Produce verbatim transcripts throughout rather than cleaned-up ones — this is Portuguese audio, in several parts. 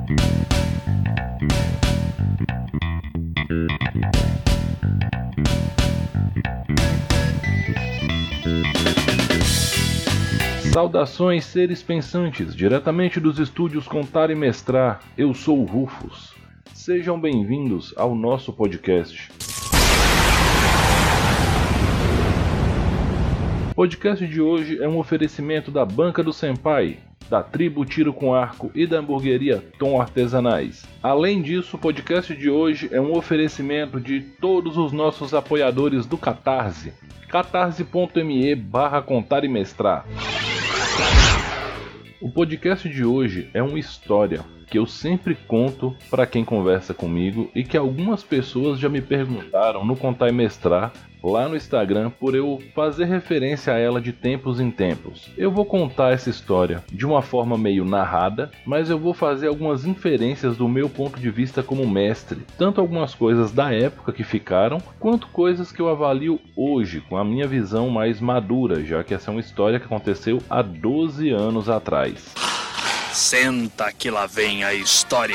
Saudações, seres pensantes, diretamente dos estúdios Contar e Mestrar, eu sou o Rufus. Sejam bem-vindos ao nosso podcast. O podcast de hoje é um oferecimento da Banca do Senpai, da Tribo Tiro com Arco e da hamburgueria Tom Artesanais. Além disso, o podcast de hoje é um oferecimento de todos os nossos apoiadores do Catarse, catarse.me barra contar e mestrar. O podcast de hoje é uma história que eu sempre conto para quem conversa comigo e que algumas pessoas já me perguntaram no Contar e Mestrar lá no Instagram por eu fazer referência a ela de tempos em tempos. Eu vou contar essa história de uma forma meio narrada, mas eu vou fazer algumas inferências do meu ponto de vista como mestre, tanto algumas coisas da época que ficaram, quanto coisas que eu avalio hoje com a minha visão mais madura, já que essa é uma história que aconteceu há doze anos atrás. Senta que lá vem a história.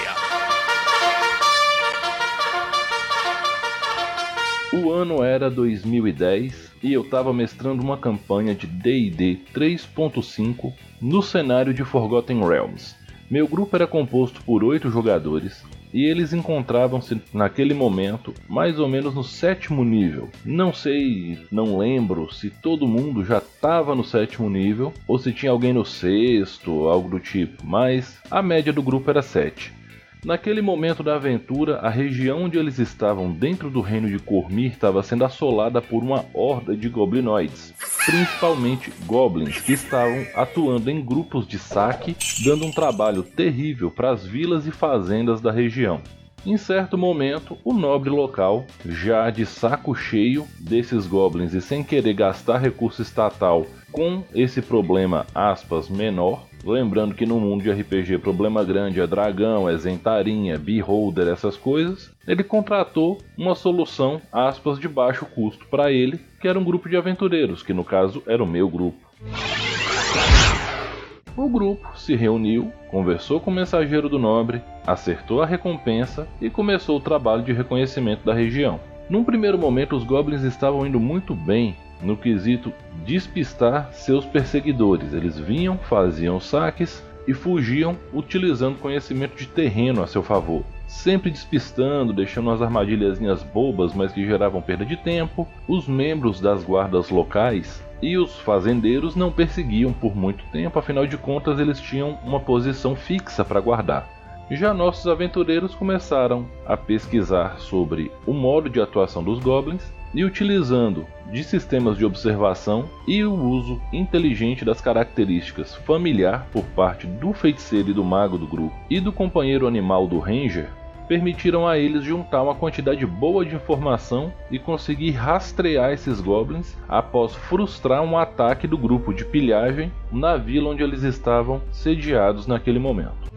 O ano era dois mil e dez e eu estava mestrando uma campanha de D e D três ponto cinco no cenário de Forgotten Realms. Meu grupo era composto por oito jogadores e eles encontravam-se naquele momento mais ou menos no sétimo nível. Não sei, não lembro se todo mundo já estava no sétimo nível ou se tinha alguém no sexto, algo do tipo, mas a média do grupo era sete. Naquele momento da aventura, a região onde eles estavam dentro do reino de Cormir estava sendo assolada por uma horda de goblinoides, principalmente goblins, que estavam atuando em grupos de saque, dando um trabalho terrível para as vilas e fazendas da região. Em certo momento, o nobre local, já de saco cheio desses goblins e sem querer gastar recurso estatal com esse problema, aspas, menor, lembrando que no mundo de R P G problema grande é dragão, é zentarinha, beholder, essas coisas, ele contratou uma solução, aspas, de baixo custo para ele, que era um grupo de aventureiros, que no caso era o meu grupo. O grupo se reuniu, conversou com o mensageiro do nobre, acertou a recompensa e começou o trabalho de reconhecimento da região. Num primeiro momento, os goblins estavam indo muito bem no quesito despistar seus perseguidores. Eles vinham, faziam saques e fugiam utilizando conhecimento de terreno a seu favor, sempre despistando, deixando umas armadilhazinhas bobas, mas que geravam perda de tempo. Os membros das guardas locais e os fazendeiros não perseguiam por muito tempo, afinal de contas eles tinham uma posição fixa para guardar. Já nossos aventureiros começaram a pesquisar sobre o modo de atuação dos goblins e, utilizando de sistemas de observação e o uso inteligente das características familiar por parte do feiticeiro e do mago do grupo e do companheiro animal do ranger, permitiram a eles juntar uma quantidade boa de informação e conseguir rastrear esses goblins após frustrar um ataque do grupo de pilhagem na vila onde eles estavam sediados naquele momento.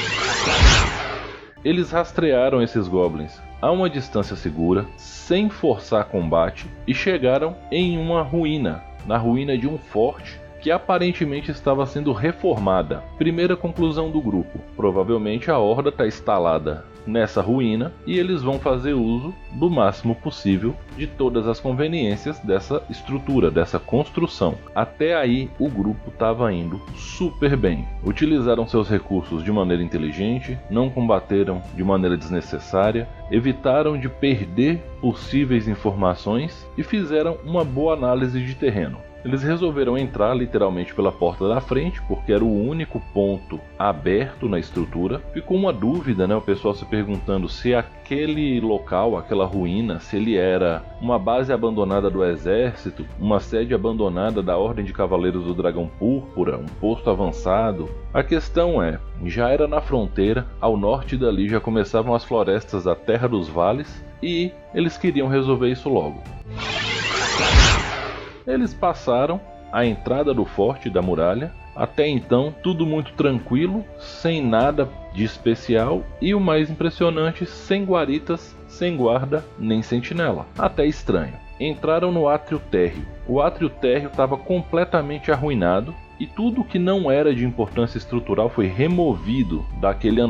Eles rastrearam esses goblins a uma distância segura, sem forçar combate, e chegaram em uma ruína, na ruína de um forte que aparentemente estava sendo reformada. Primeira conclusão do grupo: provavelmente a horda está instalada nessa ruína e eles vão fazer uso do máximo possível de todas as conveniências dessa estrutura, dessa construção. Até aí o grupo estava indo super bem. Utilizaram seus recursos de maneira inteligente, não combateram de maneira desnecessária, evitaram de perder possíveis informações e fizeram uma boa análise de terreno. Eles resolveram entrar literalmente pela porta da frente, porque era o único ponto aberto na estrutura. Ficou uma dúvida, né? O pessoal se perguntando se aquele local, aquela ruína, se ele era uma base abandonada do exército, uma sede abandonada da Ordem de Cavaleiros do Dragão Púrpura, um posto avançado. A questão é, já era na fronteira, ao norte dali já começavam as florestas da Terra dos Vales e eles queriam resolver isso logo. Eles passaram a entrada do forte da muralha. Até então, tudo muito tranquilo, sem nada de especial e, o mais impressionante, sem guaritas, sem guarda nem sentinela. Até estranho. Entraram no átrio térreo. O átrio térreo estava completamente arruinado e tudo que não era de importância estrutural foi removido daquele andar.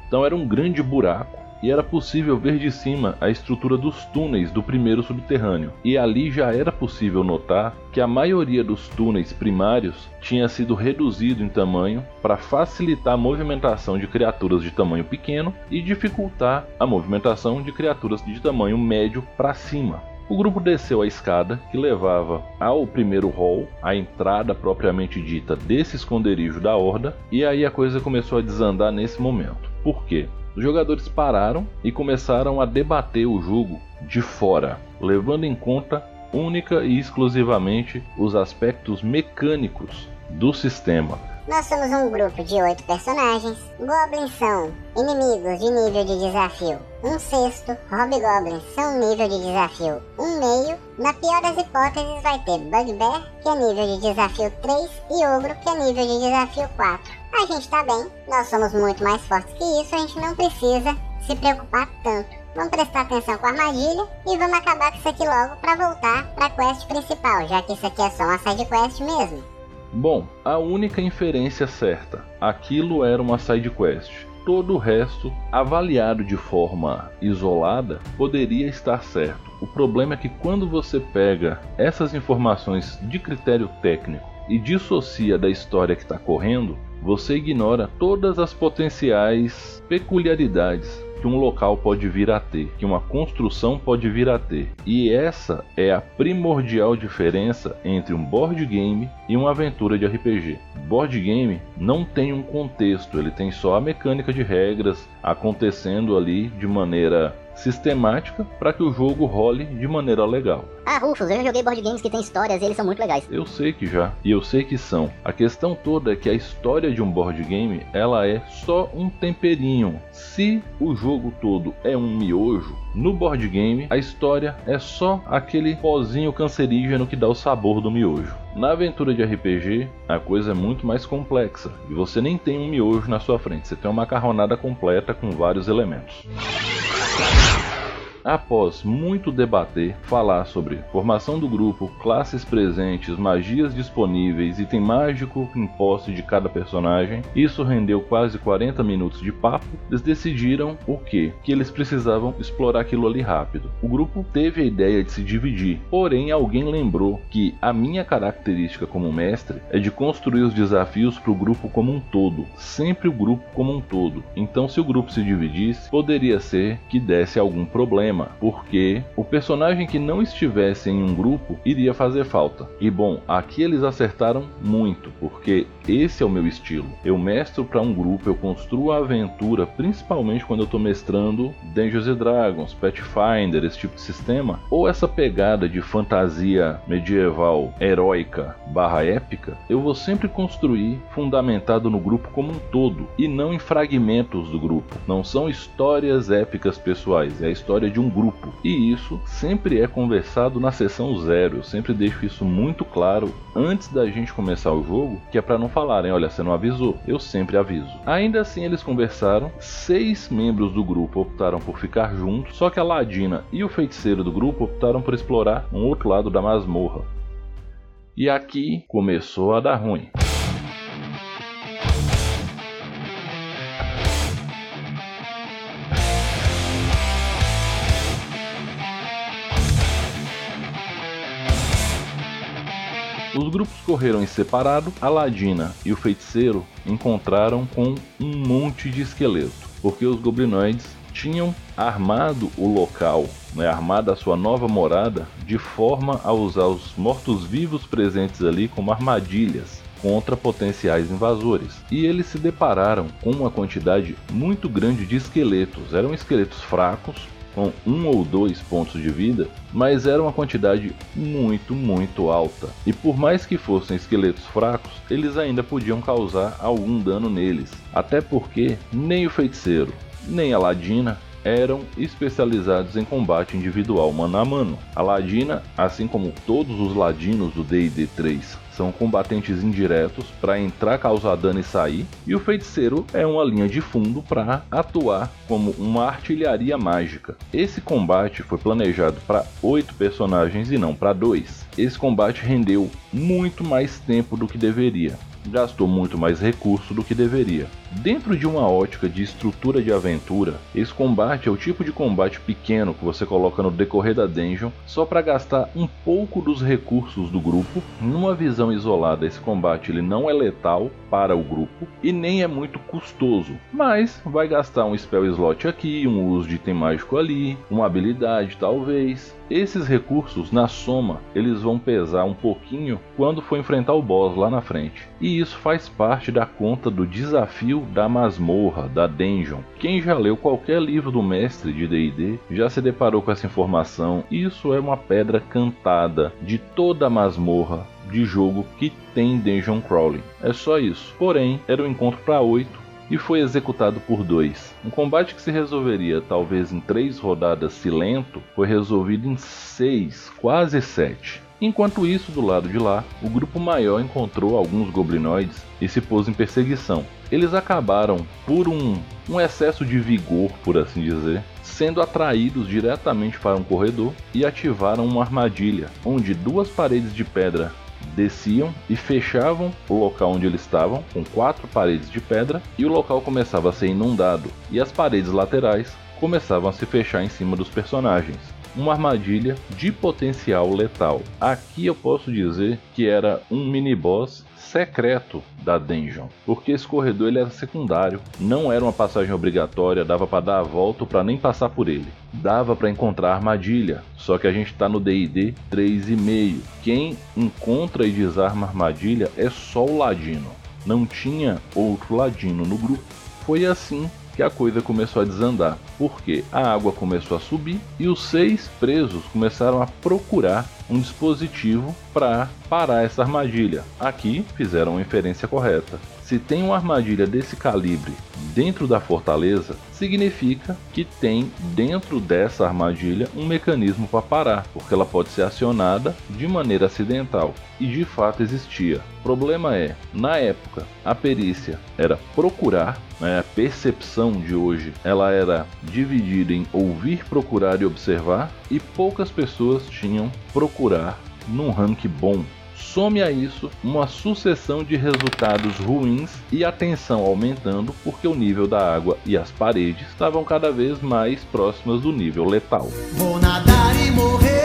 Então era um grande buraco e era possível ver de cima a estrutura dos túneis do primeiro subterrâneo. E ali já era possível notar que a maioria dos túneis primários tinha sido reduzido em tamanho para facilitar a movimentação de criaturas de tamanho pequeno e dificultar a movimentação de criaturas de tamanho médio para cima. O grupo desceu a escada que levava ao primeiro hall, a entrada propriamente dita desse esconderijo da Horda, e aí a coisa começou a desandar nesse momento. Por quê? Os jogadores pararam e começaram a debater o jogo de fora, levando em conta única e exclusivamente os aspectos mecânicos do sistema. Nós somos um grupo de oito personagens. Goblins são inimigos de nível de desafio um sexto, Hobgoblins são nível de desafio um meio. Na pior das hipóteses vai ter Bugbear, que é nível de desafio três, e Ogro, que é nível de desafio quatro. A gente tá bem, nós somos muito mais fortes que isso, a gente não precisa se preocupar tanto. Vamos prestar atenção com a armadilha e vamos acabar com isso aqui logo pra voltar pra quest principal, já que isso aqui é só uma side quest mesmo. Bom, a única inferência certa, aquilo era uma side quest. Todo o resto, avaliado de forma isolada, poderia estar certo. O problema é que quando você pega essas informações de critério técnico e dissocia da história que está correndo, você ignora todas as potenciais peculiaridades que um local pode vir a ter, que uma construção pode vir a ter. E essa é a primordial diferença entre um board game e uma aventura de R P G. Board game não tem um contexto, ele tem só a mecânica de regras acontecendo ali de maneira sistemática para que o jogo role de maneira legal. Ah, Rufus, eu já joguei board games que tem histórias e eles são muito legais. Eu sei que já, e eu sei que são. A questão toda é que a história de um board game, ela é só um temperinho. Se o jogo todo é um miojo, no board game a história é só aquele pozinho cancerígeno que dá o sabor do miojo. Na aventura de R P G, a coisa é muito mais complexa, e você nem tem um miojo na sua frente, você tem uma macarronada completa com vários elementos. Após muito debater, falar sobre formação do grupo, classes presentes, magias disponíveis, item mágico em posse de cada personagem, isso rendeu quase quarenta minutos de papo. Eles decidiram o quê? Que eles precisavam explorar aquilo ali rápido. O grupo teve a ideia de se dividir, porém alguém lembrou que a minha característica como mestre é de construir os desafios para o grupo como um todo, sempre o grupo como um todo. Então se o grupo se dividisse, poderia ser que desse algum problema, porque o personagem que não estivesse em um grupo iria fazer falta. E bom, aqui eles acertaram muito, porque esse é o meu estilo. Eu mestro para um grupo, eu construo a aventura, principalmente quando eu estou mestrando Dungeons and Dragons, Pathfinder, esse tipo de sistema, ou essa pegada de fantasia medieval heróica barra épica, eu vou sempre construir fundamentado no grupo como um todo, e não em fragmentos do grupo. Não são histórias épicas pessoais, é a história de um grupo, e isso sempre é conversado na sessão zero. Eu sempre deixo isso muito claro antes da gente começar o jogo, que é para não falarem, olha, você não avisou. Eu sempre aviso. Ainda assim eles conversaram, seis membros do grupo optaram por ficar juntos, só que a Ladina e o feiticeiro do grupo optaram por explorar um outro lado da masmorra. E aqui começou a dar ruim. Os grupos correram em separado, a Ladina e o feiticeiro encontraram com um monte de esqueleto, porque os goblinoides tinham armado o local, né, armado a sua nova morada, de forma a usar os mortos-vivos presentes ali como armadilhas contra potenciais invasores. E eles se depararam com uma quantidade muito grande de esqueletos. Eram esqueletos fracos, com um ou dois pontos de vida, mas era uma quantidade muito, muito alta. E por mais que fossem esqueletos fracos, eles ainda podiam causar algum dano neles. Até porque nem o feiticeiro, nem a Ladina eram especializados em combate individual mano a mano. A Ladina, assim como todos os ladinos do D e D três, são combatentes indiretos para entrar, causar dano e sair, e o feiticeiro é uma linha de fundo para atuar como uma artilharia mágica. Esse combate foi planejado para oito personagens e não para dois. Esse combate rendeu muito mais tempo do que deveria, gastou muito mais recurso do que deveria. Dentro de uma ótica de estrutura de aventura, esse combate é o tipo de combate pequeno que você coloca no decorrer da dungeon só para gastar um pouco dos recursos do grupo. Numa visão isolada, esse combate ele não é letal para o grupo e nem é muito custoso, mas vai gastar um spell slot aqui, um uso de item mágico ali, uma habilidade talvez. Esses recursos, na soma, eles vão pesar um pouquinho quando for enfrentar o boss lá na frente. E isso faz parte da conta do desafio da masmorra, da dungeon. Quem já leu qualquer livro do mestre de D e D já se deparou com essa informação. Isso é uma pedra cantada de toda a masmorra de jogo que tem dungeon crawling. É só isso. Porém, era um encontro para oito. E foi executado por dois. Um combate que se resolveria talvez em três rodadas se lento, foi resolvido em seis, quase sete. Enquanto isso, do lado de lá, o grupo maior encontrou alguns goblinoides e se pôs em perseguição. Eles acabaram, por um, um excesso de vigor, por assim dizer, sendo atraídos diretamente para um corredor e ativaram uma armadilha, onde duas paredes de pedra desciam e fechavam o local onde eles estavam com quatro paredes de pedra e o local começava a ser inundado e as paredes laterais começavam a se fechar em cima dos personagens. Uma armadilha de potencial letal. Aqui eu posso dizer que era um mini boss secreto da dungeon, porque esse corredor ele era secundário, não era uma passagem obrigatória, dava para dar a volta ou para nem passar por ele. Dava para encontrar a armadilha, só que a gente está no D e D três e meio. Quem encontra e desarma a armadilha é só o ladino. Não tinha outro ladino no grupo. Foi assim que a coisa começou a desandar, porque a água começou a subir e os seis presos começaram a procurar um dispositivo para parar essa armadilha. Aqui fizeram a inferência correta. Se tem uma armadilha desse calibre dentro da fortaleza, significa que tem dentro dessa armadilha um mecanismo para parar, porque ela pode ser acionada de maneira acidental. E de fato existia. O problema é, na época, a perícia era procurar, né, a percepção de hoje ela era dividida em ouvir, procurar e observar, e poucas pessoas tinham procurar num rank bom. Some a isso uma sucessão de resultados ruins e a tensão aumentando porque o nível da água e as paredes estavam cada vez mais próximas do nível letal. Vou nadar e morrer.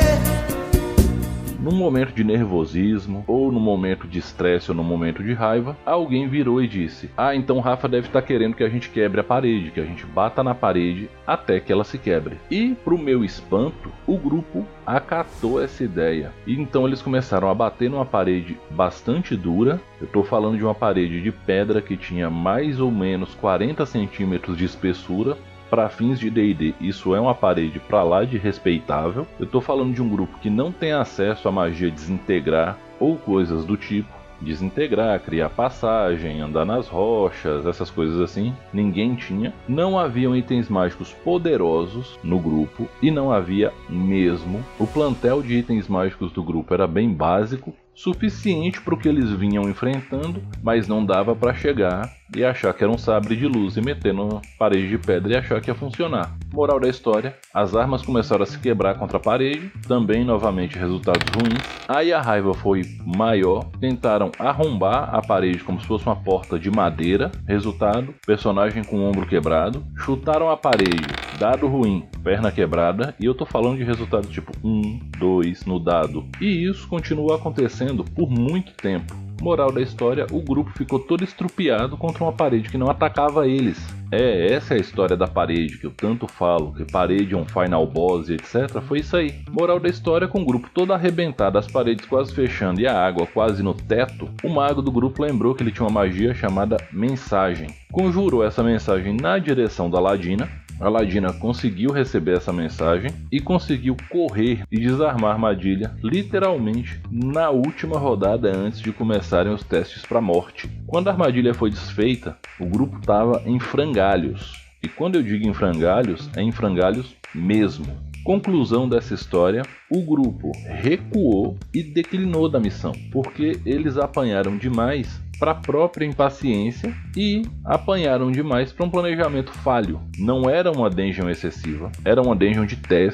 Num momento de nervosismo, ou num momento de estresse, ou num momento de raiva, alguém virou e disse: ah, então o Rafa deve estar querendo que a gente quebre a parede, que a gente bata na parede até que ela se quebre. E, pro meu espanto, o grupo acatou essa ideia. E então eles começaram a bater numa parede bastante dura. Eu estou falando de uma parede de pedra que tinha mais ou menos quarenta centímetros de espessura. Para fins de D e D, isso é uma parede para lá de respeitável. Eu estou falando de um grupo que não tem acesso à magia desintegrar ou coisas do tipo. Desintegrar, criar passagem, andar nas rochas, essas coisas assim. Ninguém tinha. Não haviam itens mágicos poderosos no grupo e não havia mesmo. O plantel de itens mágicos do grupo era bem básico, suficiente para o que eles vinham enfrentando, mas não dava para chegar e achar que era um sabre de luz e meter na parede de pedra e achar que ia funcionar. Moral da história, as armas começaram a se quebrar contra a parede, também novamente resultados ruins. Aí a raiva foi maior, tentaram arrombar a parede como se fosse uma porta de madeira, resultado, personagem com o ombro quebrado, chutaram a parede, dado ruim, perna quebrada, e eu tô falando de resultado tipo um, dois no dado. E isso continuou acontecendo por muito tempo. Moral da história, o grupo ficou todo estrupiado contra uma parede que não atacava eles. É, essa é a história da parede que eu tanto falo, que parede é um final boss e etcétera. Foi isso aí. Moral da história, com o grupo todo arrebentado, as paredes quase fechando e a água quase no teto, o mago do grupo lembrou que ele tinha uma magia chamada mensagem. Conjurou essa mensagem na direção da Ladina. A Ladina conseguiu receber essa mensagem e conseguiu correr e desarmar a armadilha literalmente na última rodada antes de começarem os testes para morte. Quando a armadilha foi desfeita, o grupo estava em frangalhos. E quando eu digo em frangalhos, é em frangalhos mesmo. Conclusão dessa história, o grupo recuou e declinou da missão, porque eles apanharam demais para a própria impaciência e apanharam demais para um planejamento falho. Não era uma dungeon excessiva, era uma dungeon de testes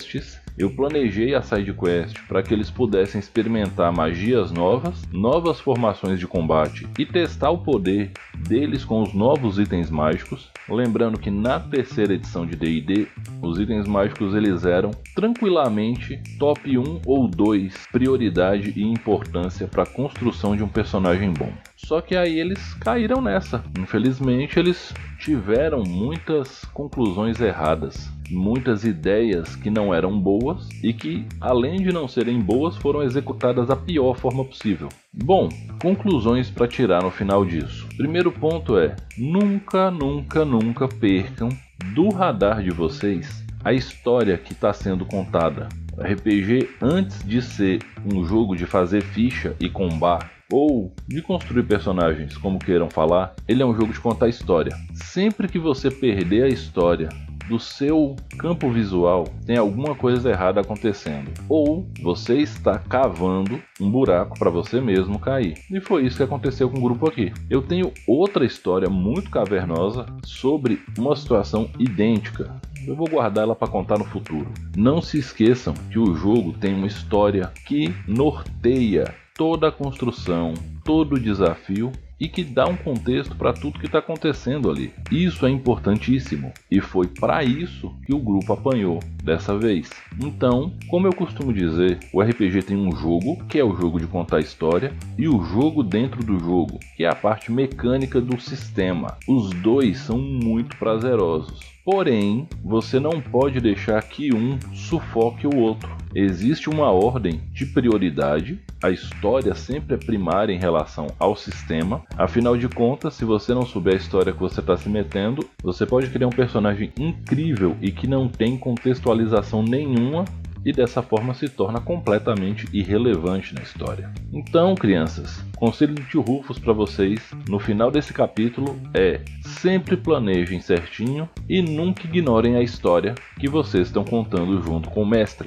Eu planejei a side quest para que eles pudessem experimentar magias novas, novas formações de combate e testar o poder deles com os novos itens mágicos. Lembrando que na terceira edição de D e D, os itens mágicos eles eram tranquilamente top um ou dois prioridade e importância para a construção de um personagem bom. Só que aí eles caíram nessa. Infelizmente eles tiveram muitas conclusões erradas, muitas ideias que não eram boas e que, além de não serem boas, foram executadas da pior forma possível. Bom, conclusões para tirar no final disso. Primeiro ponto é: nunca, nunca, nunca percam do radar de vocês a história que está sendo contada. O R P G, antes de ser um jogo de fazer ficha e combar, ou de construir personagens, como queiram falar, ele é um jogo de contar história. Sempre que você perder a história do seu campo visual, tem alguma coisa errada acontecendo, ou você está cavando um buraco para você mesmo cair. E foi isso que aconteceu com o grupo aqui. Eu tenho outra história muito cavernosa sobre uma situação idêntica. Eu vou guardar ela para contar no futuro. Não se esqueçam que o jogo tem uma história que norteia toda a construção, todo o desafio e que dá um contexto para tudo que está acontecendo ali. Isso é importantíssimo e foi para isso que o grupo apanhou dessa vez. Então, como eu costumo dizer, o R P G tem um jogo, que é o jogo de contar história, e o jogo dentro do jogo, que é a parte mecânica do sistema. Os dois são muito prazerosos. Porém, você não pode deixar que um sufoque o outro. Existe uma ordem de prioridade, a história sempre é primária em relação ao sistema. Afinal de contas, se você não souber a história que você está se metendo, você pode criar um personagem incrível e que não tem contextualização nenhuma, e dessa forma se torna completamente irrelevante na história. Então, crianças, conselho do tio Rufus para vocês no final desse capítulo é: sempre planejem certinho e nunca ignorem a história que vocês estão contando junto com o mestre.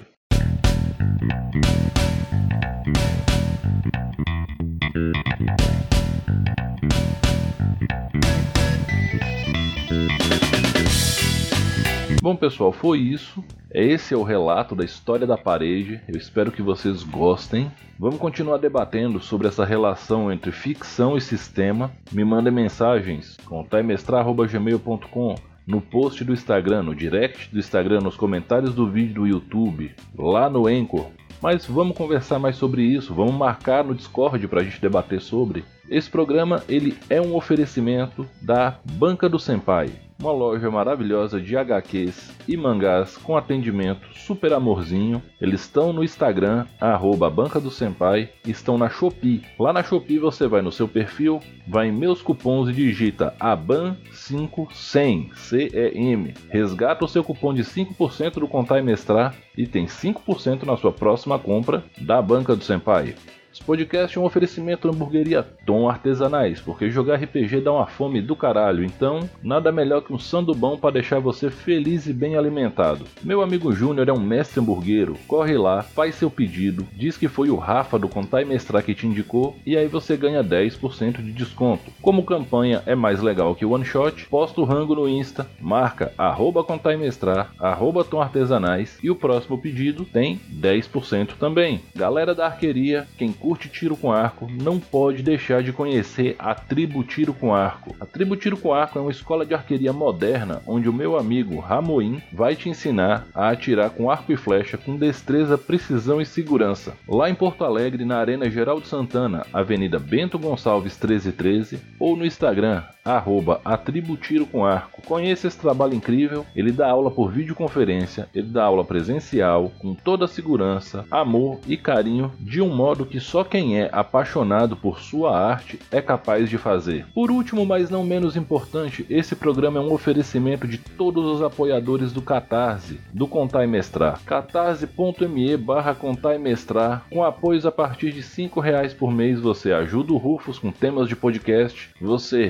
Bom, pessoal, foi isso. Esse é o relato da história da parede. Eu espero que vocês gostem. Vamos continuar debatendo sobre essa relação entre ficção e sistema. Me mandem mensagens com taimestrar arroba gmail ponto com, no post do Instagram, no direct do Instagram, nos comentários do vídeo do YouTube, lá no Anchor. Mas vamos conversar mais sobre isso, vamos marcar no Discord para a gente debater sobre. Esse programa ele é um oferecimento da Banca do Senpai, uma loja maravilhosa de agá quês e mangás com atendimento super amorzinho. Eles estão no Instagram, arroba Banca do Senpai, e estão na Shopee. Lá na Shopee você vai no seu perfil, vai em meus cupons e digita A B A N cinco cem, C E M. Resgata o seu cupom de cinco por cento do Contar e Mestrar e tem cinco por cento na sua próxima compra da Banca do Senpai. Esse podcast é um oferecimento da hamburgueria Tom Artesanais, porque jogar R P G dá uma fome do caralho, então nada melhor que um sandubão para deixar você feliz e bem alimentado. Meu amigo Júnior é um mestre hamburguero, corre lá, faz seu pedido, diz que foi o Rafa do Contar e Mestrar que te indicou e aí você ganha dez por cento de desconto. Como campanha é mais legal que o one shot, posta o rango no Insta, marca arroba Contar e Mestrar, arroba Tom Artesanais e o próximo pedido tem dez por cento também. Galera da arqueria, quem curte tiro com arco, não pode deixar de conhecer a Tribo Tiro com Arco. A Tribo Tiro com Arco é uma escola de arqueria moderna, onde o meu amigo Ramoim vai te ensinar a atirar com arco e flecha com destreza, precisão e segurança. Lá em Porto Alegre, na Arena Geraldo Santana, Avenida Bento Gonçalves treze treze, ou no Instagram, arroba a Tribo Tiro com Arco. Conheça esse trabalho incrível, ele dá aula por videoconferência, ele dá aula presencial, com toda a segurança, amor e carinho, de um modo que só quem é apaixonado por sua arte é capaz de fazer. Por último, mas não menos importante, esse programa é um oferecimento de todos os apoiadores do Catarse, do Contar e Mestrar. catarse.me barra Contar e Mestrar. Com apoios a partir de cinco reais por mês, você ajuda o Rufus com temas de podcast, você recebe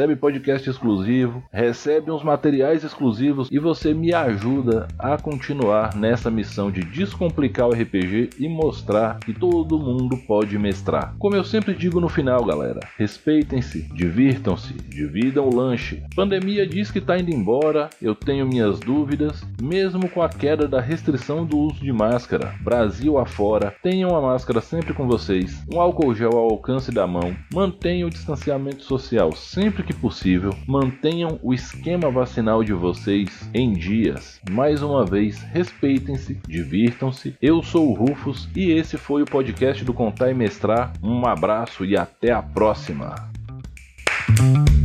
recebe podcast exclusivo, recebe uns materiais exclusivos e você me ajuda a continuar nessa missão de descomplicar o R P G e mostrar que todo mundo pode mestrar. Como eu sempre digo no final, galera, respeitem-se, divirtam-se, dividam o lanche. Pandemia diz que tá indo embora, eu tenho minhas dúvidas, mesmo com a queda da restrição do uso de máscara, Brasil afora, tenham a máscara sempre com vocês, um álcool gel ao alcance da mão, mantenham o distanciamento social sempre que possível, mantenham o esquema vacinal de vocês em dias. Mais uma vez, respeitem-se, divirtam-se. Eu sou o Rufus e esse foi o podcast do Contar e Mestrar. Um abraço e até a próxima!